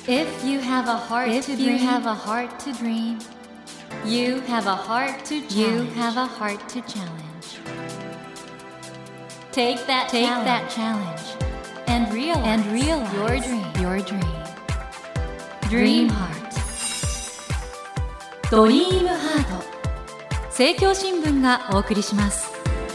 If you have a heart to dream, you have a heart to dream. You have a heart to challenge. You have a heart to challenge. Take that challenge and realize your dream. Dream Heart. ドリームハート。政教新聞がお送りします。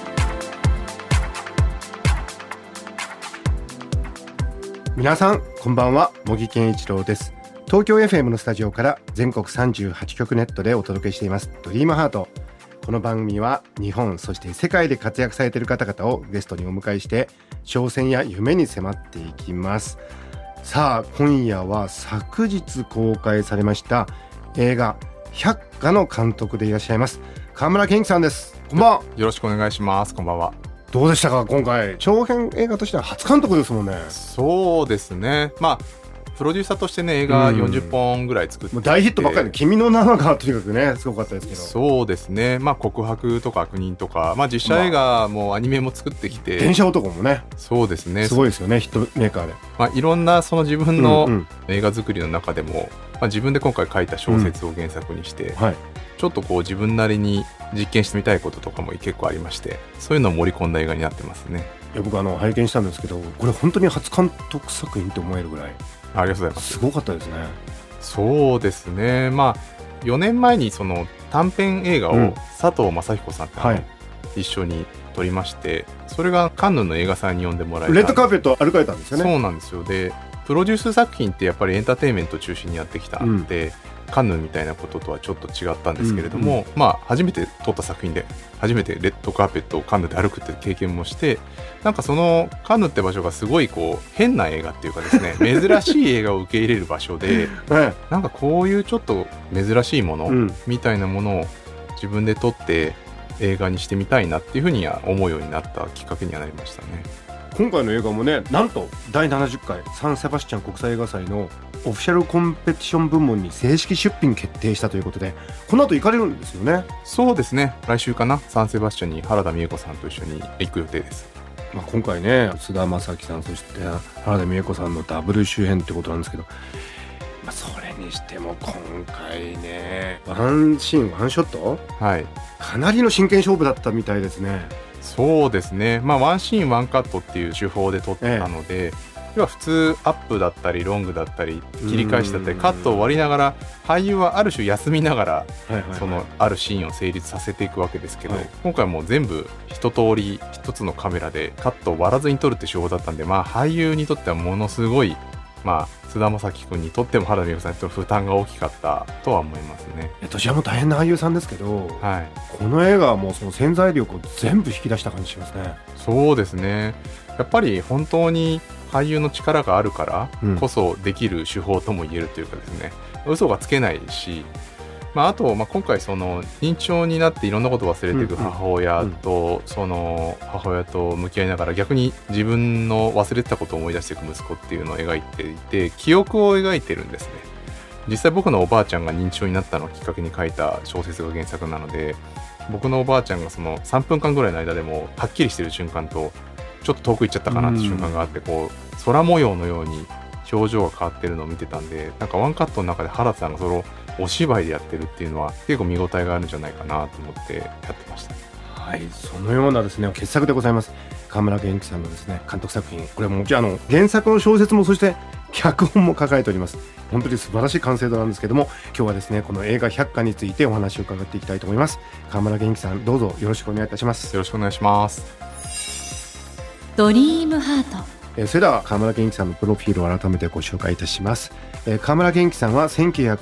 皆さんこんばんは、茂木健一郎です。東京 FM のスタジオから全国38局ネットでお届けしていますドリームハート。この番組は日本そして世界で活躍されている方々をゲストにお迎えして挑戦や夢に迫っていきます。さあ今夜は昨日公開されました映画百花の監督でいらっしゃいます川村健一さんです。こんばんは。 よろしくお願いします。こんばんは。 どうでしたか、今回長編映画としては初監督ですもんね。 そうですね、プロデューサーとしてね映画40本ぐらい作ってて、 大ヒットばっかりで君の名はがとにかくねすごかったですけど。 そうですね、告白とか悪人とか、実写映画もアニメも作ってきて、 電車男もねそうですね、 すごいですよね、ヒットメーカーで、 いろんなその自分の映画作りの中でも、自分で今回書いた小説を原作にして、ちょっとこう自分なりに実験してみたいこととかも結構ありまして、そういうのを盛り込んだ映画になってますね。 いや僕拝見したんですけど、これ本当に初監督作品って思えるぐらいありがとうございます。 すごかったですね。 そうですね、4年前にその短編映画を佐藤正彦さんと一緒に撮りまして、それがカンヌの映画祭に呼んでもらえた。 レッドカーペット歩かれたんですよね。 そうなんですよ。でプロデュース作品ってやっぱりエンターテインメントを中心にやってきたんで、カンヌみたいなこととはちょっと違ったんですけれども、初めて撮った作品で初めてレッドカーペットをカンヌで歩くっていう経験もして、なんかそのカンヌって場所がすごいこう変な映画っていうかですね珍しい映画を受け入れる場所で、なんかこういうちょっと珍しいものみたいなものを自分で撮って映画にしてみたいなっていうふうには思うようになったきっかけにはなりましたね。 今回の映画もね、なんと第70回サンセバスチャン国際映画祭のオフィシャルコンペティション部門に正式出品決定したということで、この後行かれるんですよね。 そうですね、来週かな、サンセバスチャンに原田美恵子さんと一緒に行く予定です。 今回ね菅田将暉さんそして原田美恵子さんのダブル主演ってことなんですけど、それにしても今回ねワンシーンワンショット、かなりの真剣勝負だったみたいですね。 そうですね、ワンシーンワンカットっていう手法で撮ったので、要は普通アップだったりロングだったり切り返しだったりカットを割りながら俳優はある種休みながらそのあるシーンを成立させていくわけですけど、今回はもう全部一通り一つのカメラでカットを割らずに撮るって手法だったんで、俳優にとってはものすごい、菅田将暉君にとっても原田美恵子さんにとっても負担が大きかったとは思いますね。 年はもう大変な俳優さんですけど、この映画はもうその潜在力を全部引き出した感じしますね。 そうですね、やっぱり本当に俳優の力があるからこそできる手法とも言えるというかですね、嘘がつけないし、あと、今回その認知症になっていろんなことを忘れていく母親と、その母親と向き合いながら逆に自分の忘れてたことを思い出していく息子っていうのを描いていて、記憶を描いてるんですね。実際僕のおばあちゃんが認知症になったのをきっかけに書いた小説が原作なので、僕のおばあちゃんがその3分間ぐらいの間でもはっきりしてる瞬間とちょっと遠く行っちゃったかなって瞬間があって、こう空模様のように表情が変わってるのを見てたんで、なんかワンカットの中で原田さんがそれをお芝居でやってるっていうのは結構見応えがあるんじゃないかなと思ってやってました。 そのようなですね傑作でございます。川村元気さんのですね監督作品、これはもちろん原作の小説もそして脚本も抱えております。本当に素晴らしい完成度なんですけども、今日はですねこの映画百花についてお話を伺っていきたいと思います。川村元気さん、どうぞよろしくお願いいたします。 よろしくお願いします。 ドリームハート。 それでは川村元気さんのプロフィールを改めてご紹介いたします。川村元気さんは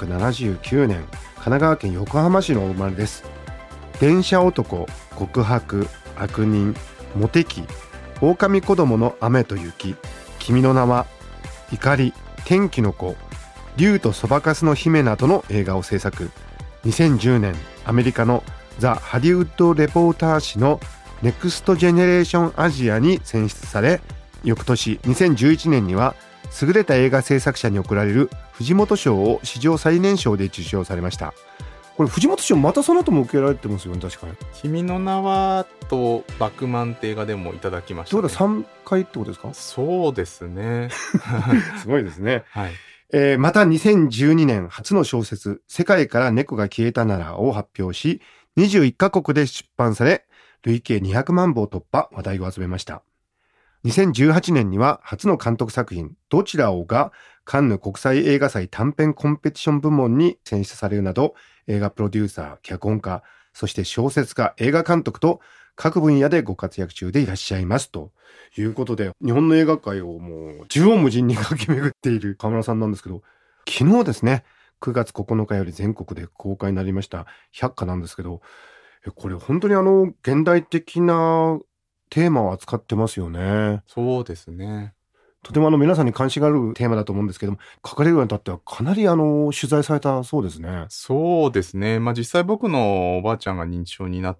1979年神奈川県横浜市のお生まれです。電車男、告白、悪人、モテ期、狼子供の雨と雪、君の名は、怒り、天気の子、竜とそばかすの姫などの映画を制作。2010年アメリカのザ・ハリウッド・レポーター誌のネクストジェネレーションアジアに選出され、翌年2011年には優れた映画制作者に贈られる藤本賞を史上最年少で受賞されました。これ藤本賞またその後も受けられてますよね、確かに。 君の名はとバクマンって映画でもいただきました、ね。 ということは3回ってことですか？ そうですねすごいですね。 また2012年初の小説世界から猫が消えたならを発表し、21カ国で出版され、累計200万部を突破、話題を集めました。2018年には初の監督作品どちらをがカンヌ国際映画祭短編コンペティション部門に選出されるなど、映画プロデューサー、脚本家、そして小説家、映画監督と各分野でご活躍中でいらっしゃいますということで、日本の映画界をもう縦横無尽に駆け巡っている河村さんなんですけど、昨日ですね、9月9日より全国で公開になりました百花なんですけど、これ本当に現代的なテーマを扱ってますよね。 そうですね。 とても皆さんに関心があるテーマだと思うんですけども、書かれるようになってはかなり取材されたそうですね。 そうですね。実際僕のおばあちゃんが認知症になって、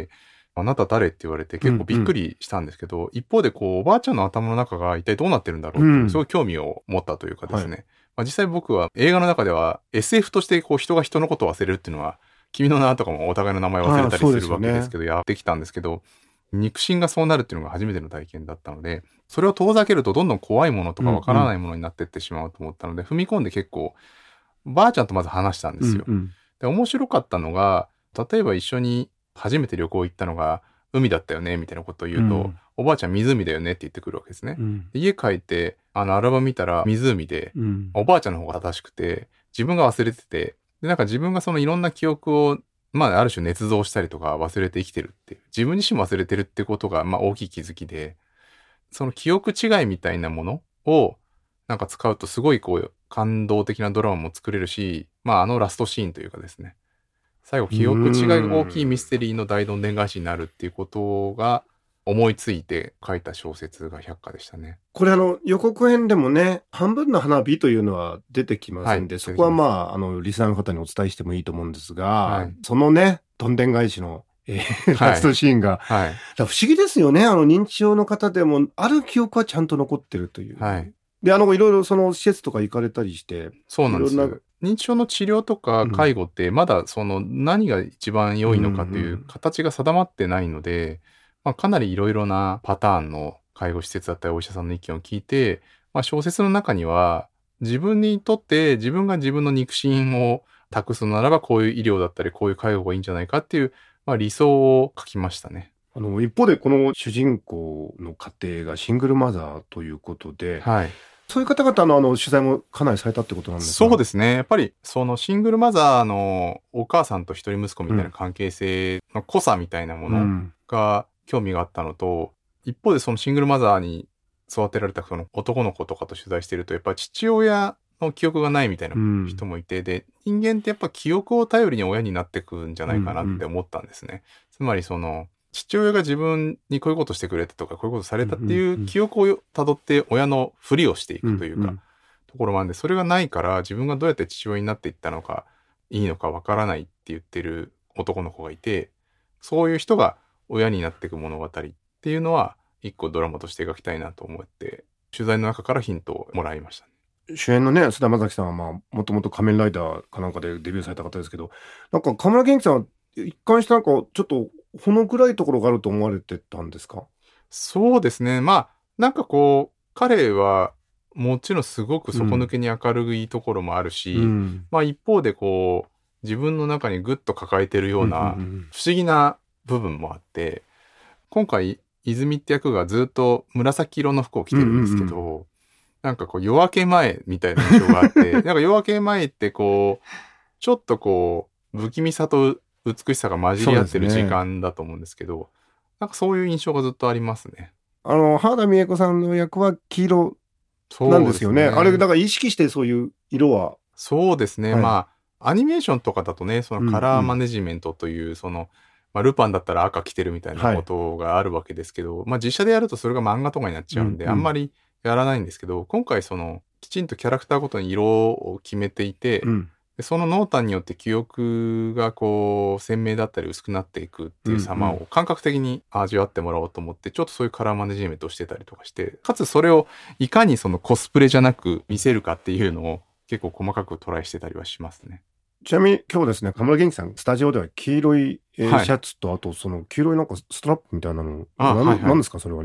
あなた誰って言われて結構びっくりしたんですけど、一方でおばあちゃんの頭の中が一体どうなってるんだろうって、すごい興味を持ったというかですね。実際僕は映画の中では SF として人が人のことを忘れるっていうのは、君の名とかもお互いの名前を忘れたりするわけですけど、やってきたんですけど、肉親がそうなるっていうのが初めての体験だったので、それを遠ざけるとどんどん怖いものとかわからないものになっていってしまうと思ったので、踏み込んで結構ばあちゃんとまず話したんですよ。で、面白かったのが、例えば一緒に初めて旅行行ったのが海だったよねみたいなことを言うと、おばあちゃん湖だよねって言ってくるわけですね。家帰ってアルバム見たら湖で、おばあちゃんの方が正しくて自分が忘れてて、でなんか自分がそのいろんな記憶をある種捏造したりとか忘れて生きてるっていう、自分自身も忘れてるってことが大きい気づきで、その記憶違いみたいなものをなんか使うとすごい感動的なドラマも作れるし、ラストシーンというかですね、最後記憶違いが大きいミステリーの大どんでん返しになるっていうことが思いついて書いた小説が百花でしたね。 これ予告編でもね、半分の花火というのは出てきますんで、そこはリスナーの方にお伝えしてもいいと思うんですが、そのね、どんでん返しの、ラストシーンが、不思議ですよね。認知症の方でもある記憶はちゃんと残ってるという。で、いろいろその施設とか行かれたりして。 そうなんです。認知症の治療とか介護ってまだ何が一番良いのかという形が定まってないので、かなりいろいろなパターンの介護施設だったりお医者さんの意見を聞いて、小説の中には自分にとって自分が自分の肉親を託すならばこういう医療だったりこういう介護がいいんじゃないかっていう、理想を書きましたね。 一方でこの主人公の家庭がシングルマザーということで、そういう方々の取材もかなりされたってことなんですか？ そうですね。やっぱりそのシングルマザーのお母さんと一人息子みたいな関係性の濃さみたいなものが興味があったのと、一方でそのシングルマザーに育てられたその男の子とかと取材してると、やっぱり父親の記憶がないみたいな人もいて、で、人間ってやっぱ記憶を頼りに親になってくんじゃないかなって思ったんですね。つまり父親が自分にこういうことしてくれたとか、こういうことされたっていう記憶をたどって親のふりをしていくというか、ところもあるんで、それがないから自分がどうやって父親になっていったのか、いいのかわからないって言ってる男の子がいて、そういう人が親になっていく物語っていうのは、一個ドラマとして描きたいなと思って、取材の中からヒントをもらいましたね。 主演のね、菅田将暉さんはもともと仮面ライダーかなんかでデビューされた方ですけど、なんか河村元気さんは一貫してなんかちょっとほの暗いところがあると思われてたんですか？ そうですね。なんか彼はもちろんすごく底抜けに明るいところもあるし、一方で自分の中にぐっと抱えてるような不思議な部分もあって、今回泉って役がずっと紫色の服を着てるんですけど、なんか夜明け前みたいな印象があって、なんか夜明け前ってちょっと不気味さと美しさが混じり合ってる時間だと思うんですけど、なんかそういう印象がずっとありますね。 原田美枝子さんの役は黄色なんですよね。あれだから意識してそういう色は。 そうですね。アニメーションとかだとね、そのカラーマネジメントという、ルパンだったら赤着てるみたいなことがあるわけですけど、実写でやるとそれが漫画とかになっちゃうんで、あんまりやらないんですけど、今回きちんとキャラクターごとに色を決めていて、でその濃淡によって記憶が鮮明だったり薄くなっていくっていう様を感覚的に味わってもらおうと思って、ちょっとそういうカラーマネジメントをしてたりとかして、かつそれをいかにコスプレじゃなく見せるかっていうのを結構細かくトライしてたりはしますね。 ちなみに今日ですね、河村元気さんスタジオでは黄色いシャツと、あと黄色いなんかストラップみたいなの、何ですかそれはね。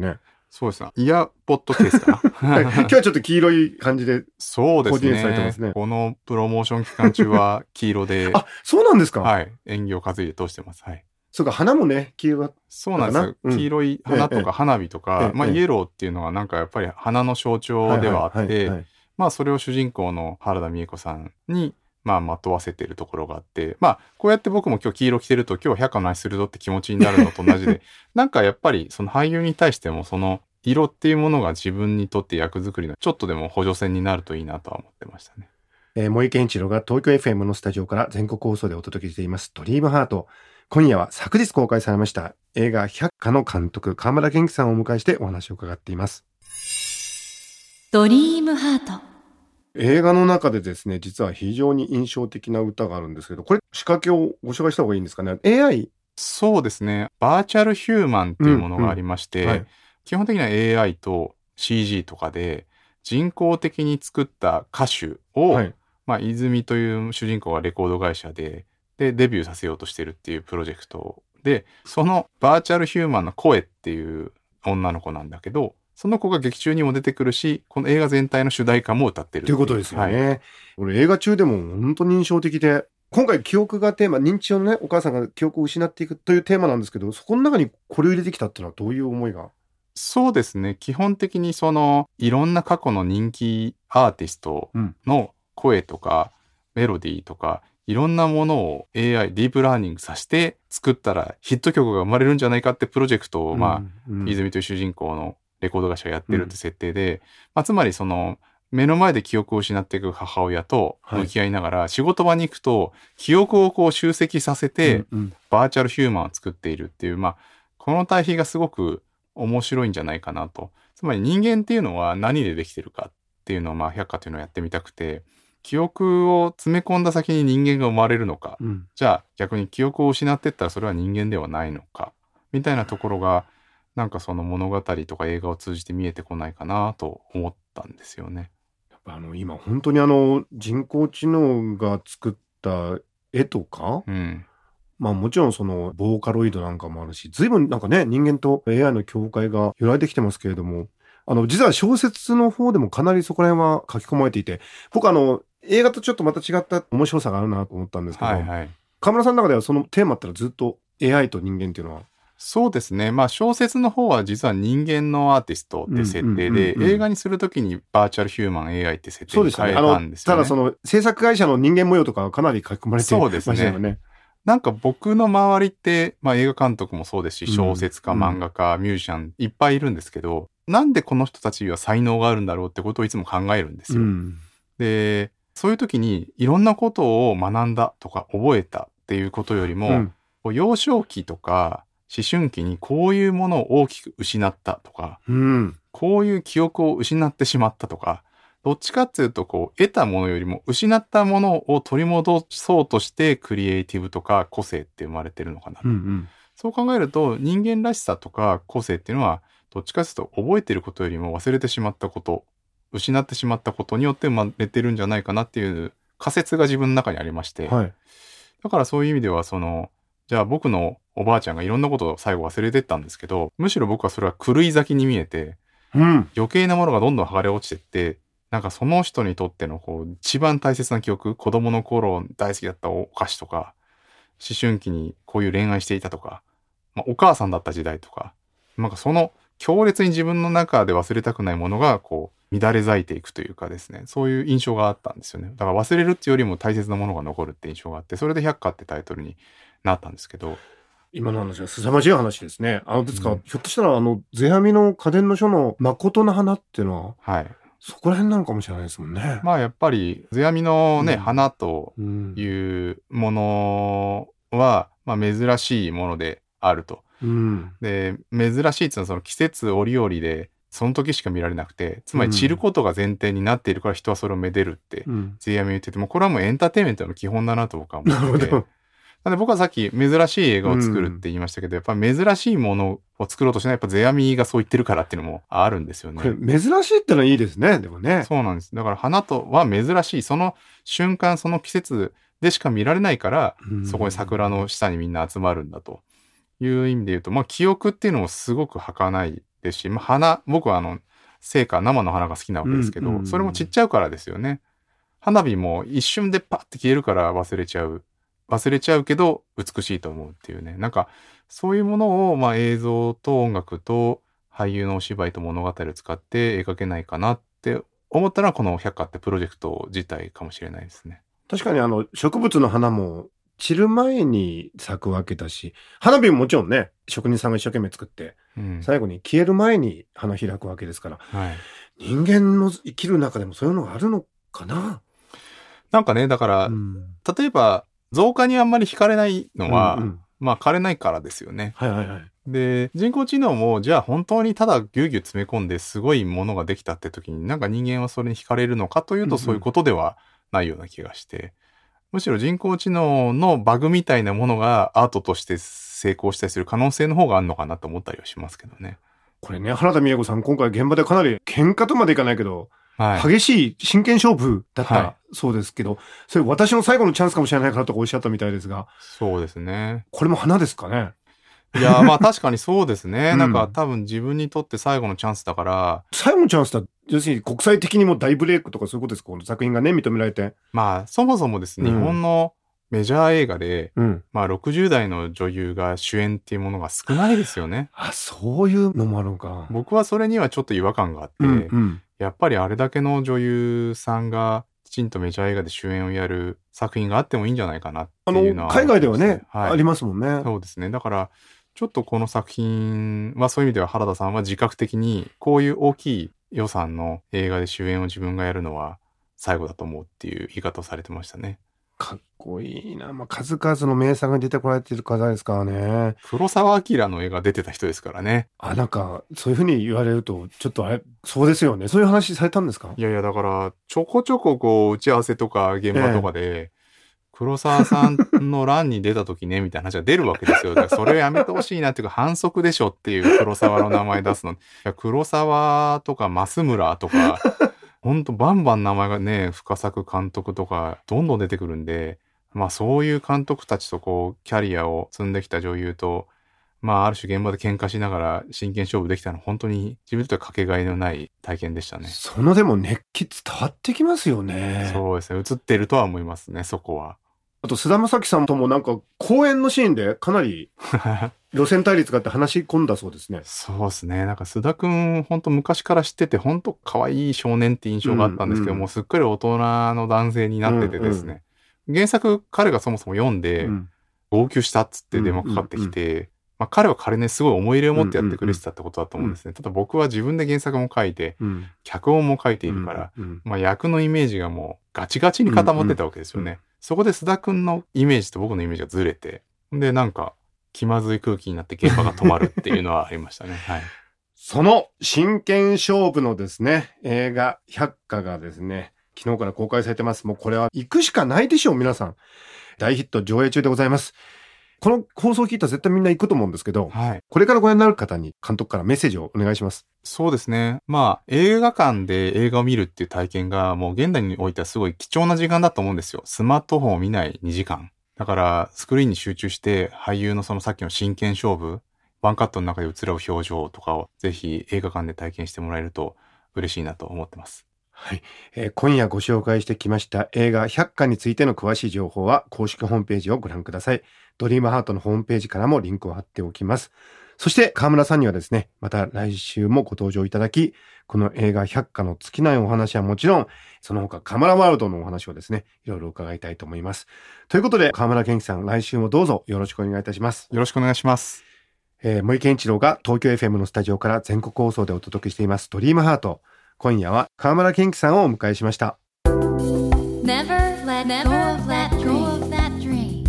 そうですね。イヤポッドケースかな、 はい、今日はちょっと黄色い感じでそうですコーディネートされてますね。 このプロモーション期間中は黄色であ、そうなんですか。 はい。縁起を担いで通してます。はい。 そうか、花もね、黄色だ。 そうなんですよ。黄色い花とか花火とか、まあイエローっていうのはなんかやっぱり花の象徴ではあって、まあそれを主人公の原田美恵子さんにまあまとわせてるところがあって、まあこうやって僕も今日黄色着てると今日百花の話するぞって気持ちになるのと同じで、なんかやっぱりその俳優に対してもその色っていうものが自分にとって役作りのちょっとでも補助線になるといいなとは思ってましたね。 森健一郎が東京 FM のスタジオから全国放送でお届けしていますドリームハート。今夜は昨日公開されました映画百花の監督川村元気さんをお迎えしてお話を伺っています。 ドリームハート。 映画の中でですね、実は非常に印象的な歌があるんですけど、これ仕掛けをご紹介した方がいいんですかね。 AI？ そうですね。バーチャルヒューマンっていうものがありまして、基本的には AI と CG とかで人工的に作った歌手を、まあ、泉という主人公がレコード会社でデビューさせようとしてるっていうプロジェクトで、そのバーチャルヒューマンの声っていう女の子なんだけど、その子が劇中にも出てくるし、この映画全体の主題歌も歌ってるということですよね。俺映画中でも本当に印象的で、今回記憶がテーマ、認知症のね、お母さんが記憶を失っていくというテーマなんですけど、そこの中にこれを入れてきたっていうのはどういう思いが？ そうですね。基本的にそのいろんな過去の人気アーティストの声とかメロディーとか、いろんなものを AI、ディープラーニングさせて作ったらヒット曲が生まれるんじゃないかってプロジェクトを、まあ、泉という主人公のレコード会社がやってるって設定で、まあ、つまりその目の前で記憶を失っていく母親と向き合いながら、仕事場に行くと記憶をこう集積させてバーチャルヒューマンを作っているっていう、まあ、この対比がすごく面白いんじゃないかなと。つまり人間っていうのは何でできてるかっていうのを、まあ、百花というのをやってみたくて、記憶を詰め込んだ先に人間が生まれるのか、じゃあ逆に記憶を失っていったらそれは人間ではないのかみたいなところが、なんかその物語とか映画を通じて見えてこないかなと思ったんですよね。 やっぱ今本当に人工知能が作った絵とか、まあもちろんそのボーカロイドなんかもあるし、随分なんかね、人間と AI の境界が揺らいできてますけれども、実は小説の方でもかなりそこら辺は書き込まれていて、僕映画とちょっとまた違った面白さがあるなと思ったんですけど、河村さんの中ではそのテーマってのはずっと AI と人間っていうのは？ そうですね。まあ小説の方は実は人間のアーティストって設定で、映画にするときにバーチャルヒューマン AI って設定に変えたんですよね。 ただその制作会社の人間模様とかはかなり書き込まれてましたよね。 なんか僕の周りって、まあ映画監督もそうですし、小説家、漫画家、ミュージシャンいっぱいいるんですけど、なんでこの人たちには才能があるんだろうってことをいつも考えるんですよ。で、そういう時にいろんなことを学んだとか覚えたっていうことよりも、幼少期とか思春期にこういうものを大きく失ったとか、こういう記憶を失ってしまったとか、どっちかっていうとこう得たものよりも失ったものを取り戻そうとしてクリエイティブとか個性って生まれてるのかなと。そう考えると人間らしさとか個性っていうのはどっちかというと覚えてることよりも忘れてしまったこと、失ってしまったことによって生まれてるんじゃないかなっていう仮説が自分の中にありまして、だからそういう意味ではじゃあ僕のおばあちゃんがいろんなことを最後忘れてったんですけど、むしろ僕はそれは狂い咲きに見えて、余計なものがどんどん剥がれ落ちてって、なんかその人にとっての一番大切な記憶、子供の頃大好きだったお菓子とか、思春期にこういう恋愛していたとか、まあ、お母さんだった時代とか、なんかその強烈に自分の中で忘れたくないものが乱れ咲いていくというかですね、そういう印象があったんですよね。だから忘れるっていうよりも大切なものが残るって印象があって、それで百花ってタイトルになったんですけど。 今の話は凄まじい話ですね。ですから、ひょっとしたら世阿弥の家電の書の誠の花っていうのは、そこら辺なのかもしれないですもんね。 まあやっぱり世阿弥のね、花というものは、まあ珍しいものであると。で、珍しいっていうのはその季節折々でその時しか見られなくて、つまり散ることが前提になっているから人はそれをめでるって世阿弥言ってても、これはもうエンターテインメントの基本だなと僕は思ってて。なんで僕はさっき珍しい映画を作るって言いましたけど、やっぱ珍しいものを作ろうとしない、やっぱ世阿弥がそう言ってるからっていうのもあるんですよね。 これ珍しいってのはいいですね、でもね。 そうなんです。だから花とは珍しい、その瞬間、その季節でしか見られないから、そこに桜の下にみんな集まるんだという意味で言うと、まあ記憶っていうのもすごく儚いですし、花、僕は生の花が好きなわけですけど、それも散っちゃうからですよね。花火も一瞬でパッて消えるから忘れちゃうけど美しいと思うっていうね。なんかそういうものを映像と音楽と俳優のお芝居と物語を使って描けないかなって思ったら、この百花ってプロジェクト自体かもしれないですね。 確かに植物の花も散る前に咲くわけだし、花火ももちろんね、職人さんが一生懸命作って、最後に消える前に花開くわけですから、人間の生きる中でもそういうのがあるのかな。 なんかね、だから、例えば造花にあんまり惹かれないのは、枯れないからですよね。で、人工知能もじゃあ本当にただギュウギュウ詰め込んですごいものができたって時に、なんか人間はそれに惹かれるのかというと、そういうことではないような気がして、むしろ人工知能のバグみたいなものがアートとして成功したりする可能性の方があるのかなと思ったりはしますけどね。 これね、原田美恵子さん、今回現場でかなり喧嘩とまでいかないけど、激しい真剣勝負だったそうですけど、それ私の最後のチャンスかもしれないからとかおっしゃったみたいですが。 そうですね。 これも花ですかね。 いや確かにそうですね。なんか多分自分にとって最後のチャンスだから。 最後のチャンスだ。要するに国際的にも大ブレイクとかそういうことですか、この作品がね、認められて。 そもそもですね、日本のメジャー映画で、60代の女優が主演っていうものが少ないですよね。 そういうのもあるのか。 僕はそれにはちょっと違和感があって、やっぱりあれだけの女優さんがきちんとメジャー映画で主演をやる作品があってもいいんじゃないかなっていうのは、 海外ではね、ありますもんね。 そうですね。だからちょっとこの作品はそういう意味では原田さんは自覚的にこういう大きい予算の映画で主演を自分がやるのは最後だと思うっていう言い方をされてましたね。 かっこいいな。数々の名作が出てこられている方ですからね。 黒澤明の映画出てた人ですからね。 なんかそういうふうに言われるとちょっとそうですよね。そういう話されたんですか？ いやだからちょこちょここう打ち合わせとか現場とかで、黒沢さんの欄に出た時ねみたいな話が出るわけですよ。だからそれをやめてほしいなっていうか、反則でしょっていう黒沢の名前出すの。いや黒沢とか増村とかほんとバンバン名前がね、深作監督とかどんどん出てくるんで、そういう監督たちとこうキャリアを積んできた女優とある種現場で喧嘩しながら真剣勝負できたのは本当に自分にとってはかけがえのない体験でしたね。 そのでも熱気伝わってきますよね。 そうですね。映ってるとは思いますね、そこは。 あと菅田将暉さんともなんか公演のシーンでかなり路線対立があって話し込んだそうですね。 そうですね。なんか須田くん本当昔から知ってて本当可愛い少年って印象があったんですけども、すっかり大人の男性になっててですね、原作彼がそもそも読んで、号泣したっつって電話かかってきて、彼は彼ねすごい思い入れを持ってやってくれてたってことだと思うんですね。ただ僕は自分で原作も書いて、脚本も書いているから、役のイメージがもうガチガチに固まってたわけですよね。そこで須田くんのイメージと僕のイメージがずれて、でなんか気まずい空気になって現場が止まるっていうのはありましたね。 その真剣勝負のですね、映画百花がですね、昨日から公開されてます。もうこれは行くしかないでしょう、皆さん。大ヒット上映中でございます。この放送を聞いたら絶対みんな行くと思うんですけど、これからご覧になる方に監督からメッセージをお願いします。 そうですね。映画館で映画を見るっていう体験がもう現代においてはすごい貴重な時間だと思うんですよ。スマートフォンを見ない2時間。だからスクリーンに集中して俳優のそのさっきの真剣勝負、ワンカットの中で映る表情とかをぜひ映画館で体験してもらえると嬉しいなと思ってます。 今夜ご紹介してきました映画百花についての詳しい情報は公式ホームページをご覧ください。ドリームハートのホームページからもリンクを貼っておきます。そして川村さんにはですね、また来週もご登場いただき、この映画百花の尽きないお話はもちろん、その他カメラワールドのお話をですね、いろいろ伺いたいと思います。ということで川村健一さん、来週もどうぞよろしくお願いいたします。 よろしくお願いします。 森健一郎が東京 FM のスタジオから全国放送でお届けしていますドリームハート。今夜は川村健一さんをお迎えしました。 Never let go of that dream.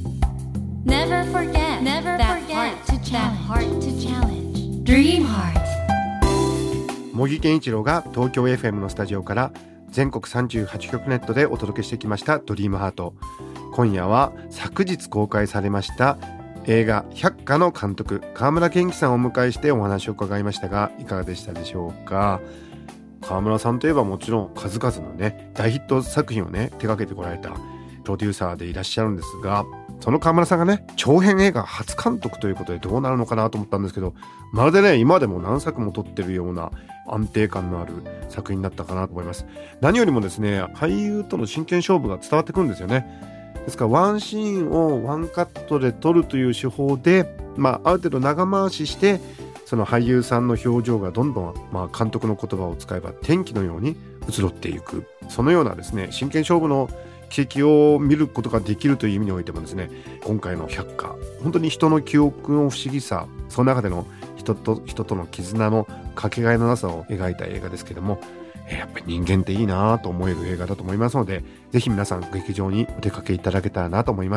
Never forget that heart to challenge. Dream Heart. 茂木健一郎が東京 FM のスタジオから全国38局ネットでお届けしてきましたドリームハート。今夜は昨日公開されました映画百花の監督川村健一さんをお迎えしてお話を伺いましたが、いかがでしたでしょうか。川村さんといえばもちろん数々のね大ヒット作品をね手掛けてこられたプロデューサーでいらっしゃるんですが、 その川村さんがね、長編映画初監督ということでどうなるのかなと思ったんですけど、まるでね、今でも何作も撮ってるような安定感のある作品になったかなと思います。何よりもですね、俳優との真剣勝負が伝わってくるんですよね。ですからワンシーンをワンカットで撮るという手法で、ある程度長回しして、その俳優さんの表情がどんどん、監督の言葉を使えば天気のように移ろっていく、そのようなですね、真剣勝負の奇跡を見ることができるという意味においてもですね、今回の百花、本当に人の記憶の不思議さ、その中での人との絆のかけがえのなさを描いた映画ですけども、やっぱり人間っていいなと思える映画だと思いますので、ぜひ皆さん劇場にお出かけいただけたらなと思います。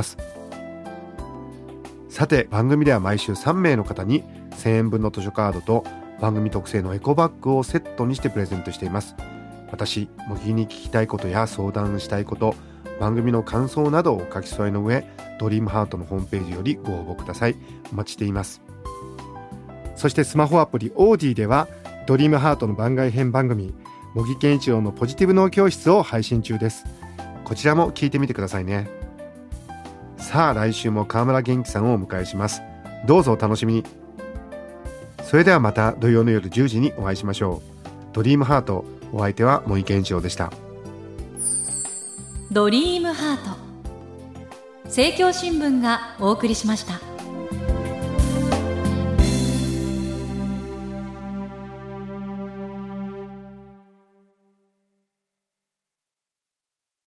さて、番組では毎週3名の方に1000円分の図書カードと番組特製のエコバッグをセットにしてプレゼントしています。私、茂木に聞きたいことや相談したいこと、番組の感想などを書き添えの上、ドリームハートのホームページよりご応募ください。お待ちしています。そしてスマホアプリオーディでは、ドリームハートの番外編番組、茂木健一郎のポジティブ脳教室を配信中です。こちらも聞いてみてくださいね。さあ、来週も川村元気さんをお迎えします。どうぞお楽しみに。それではまた土曜の夜10時にお会いしましょう。ドリームハート、お相手は茂木健一郎でした。 ドリームハート、政教新聞がお送りしました。